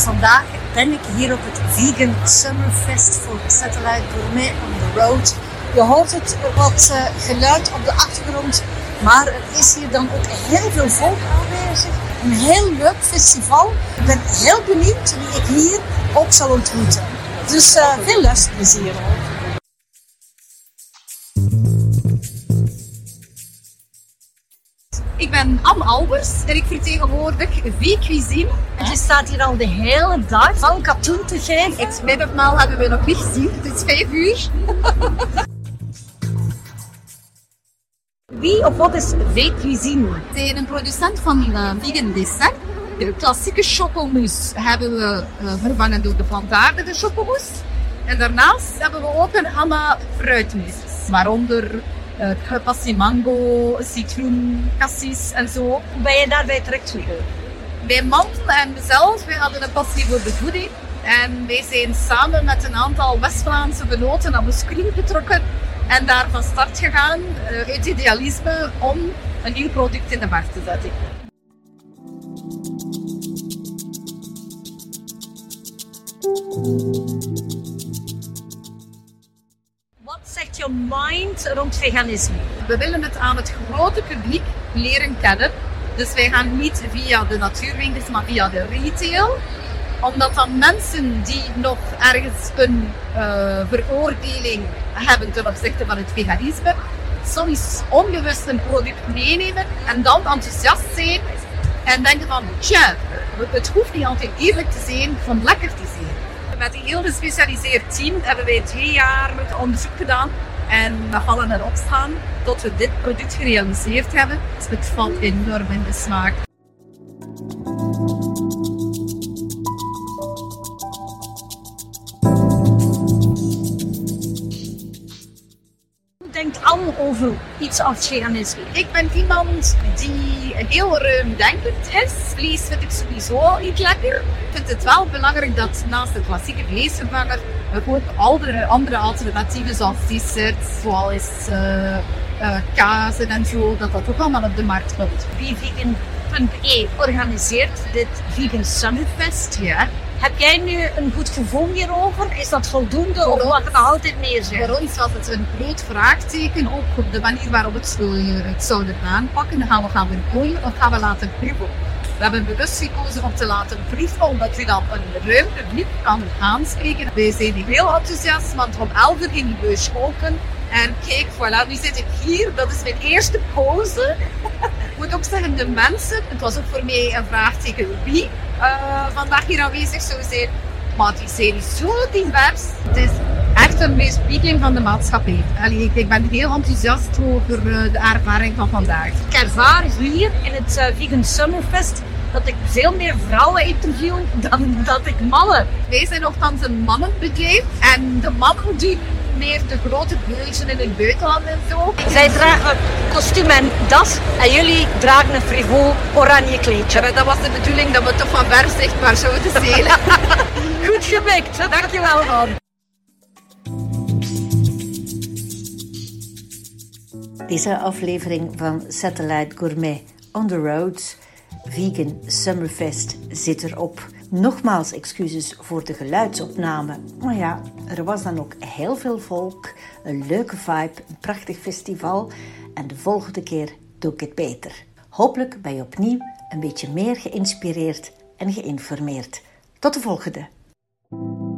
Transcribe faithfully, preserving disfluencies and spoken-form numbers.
vandaag ben ik hier op het Vegan Summerfest voor Satellite Gourmet on the Road. Je hoort het wat uh, geluid op de achtergrond, maar er is hier dan ook heel veel volk aanwezig. Een heel leuk festival. Ik ben heel benieuwd wie ik hier ook zal ontmoeten. Dus uh, veel luisterplezier. Ik ben Anne Albers en ik vertegenwoordig V-Cuisine. En je staat hier al de hele dag van katoen te geven. Het middagmaal hebben we nog niet gezien, het is vijf uur. Wie of wat is V-Cuisine? We zijn een producent van uh, vegan dessert. De klassieke chocomousse hebben we uh, vervangen door de plantaardige chocomousse. En daarnaast hebben we ook een gamma fruitmousses, waaronder uh, passie mango, citroen, cassis en zo. Hoe ben je daarbij terechtgekomen? Mijn man en mezelf, wij hadden een passie voor de voeding. En wij zijn samen met een aantal West-Vlaamse genoten aan de screen getrokken. En daar van start gegaan, uh, uit idealisme, om een nieuw product in de markt te zetten. Wat zegt je mind rond veganisme? We willen het aan het grote publiek leren kennen. Dus wij gaan niet via de natuurwinkels, maar via de retail. Omdat dan mensen die nog ergens een uh, veroordeling hebben ten opzichte van het veganisme, soms onbewust een product meenemen en dan enthousiast zijn en denken van, tja, het hoeft niet altijd eerlijk te zijn van lekker te zijn. Met een heel gespecialiseerd team hebben wij twee jaar onderzoek gedaan en we vallen erop staan tot we dit product gerealiseerd hebben. Dus het valt enorm in de smaak. Denkt Anne over iets als veganisme? Ik ben iemand die heel ruimdenkend is. Vlees vind ik sowieso niet lekker. Ik vind het wel belangrijk dat naast de klassieke vleesvervanger we ook andere, andere alternatieven zoals desserts, zoals uh, uh, kazen en zo, dat dat ook allemaal op de markt komt. Vegan punt e organiseert dit Vegan Summerfest. Ja. Heb jij nu een goed gevoel hierover? Is dat voldoende of mag het nog altijd meer zijn? Voor ons was het een groot vraagteken, ook op de manier waarop het, het zouden aanpakken. Dan gaan we gaan verkooien of gaan we laten proeven. We hebben bewust gekozen om te laten proeven, omdat je dan een ruim publiek kan aanspreken. Wij zijn heel enthousiast, want om elf uur ging de beurs open. En kijk, voilà, nu zit ik hier. Dat is mijn eerste pauze. Ik moet ook zeggen, de mensen, het was ook voor mij een vraagteken wie uh, vandaag hier aanwezig zou zijn. Maar die zijn zo divers. Het is echt een weerspiegeling van de maatschappij. Allee, ik ben heel enthousiast over uh, de ervaring van vandaag. Ik ervaar hier in het uh, Vegan Summerfest dat ik veel meer vrouwen interview dan dat ik mannen. Wij zijn nogthans een mannenbedrijf en de mannen die meer de grote beurzen in het buitenland en zo. Zij dragen kostuum en das en jullie dragen een frivol oranje kleedje. Ja, dat was de bedoeling dat we toch van ver zichtbaar zouden zijn. Goed gemikt, dankjewel man. Deze aflevering van Satellite Gourmet on the Road Vegan Summerfest zit erop. Nogmaals excuses voor de geluidsopname. Maar ja, er was dan ook heel veel volk, een leuke vibe, een prachtig festival. En de volgende keer doe ik het beter. Hopelijk ben je opnieuw een beetje meer geïnspireerd en geïnformeerd. Tot de volgende.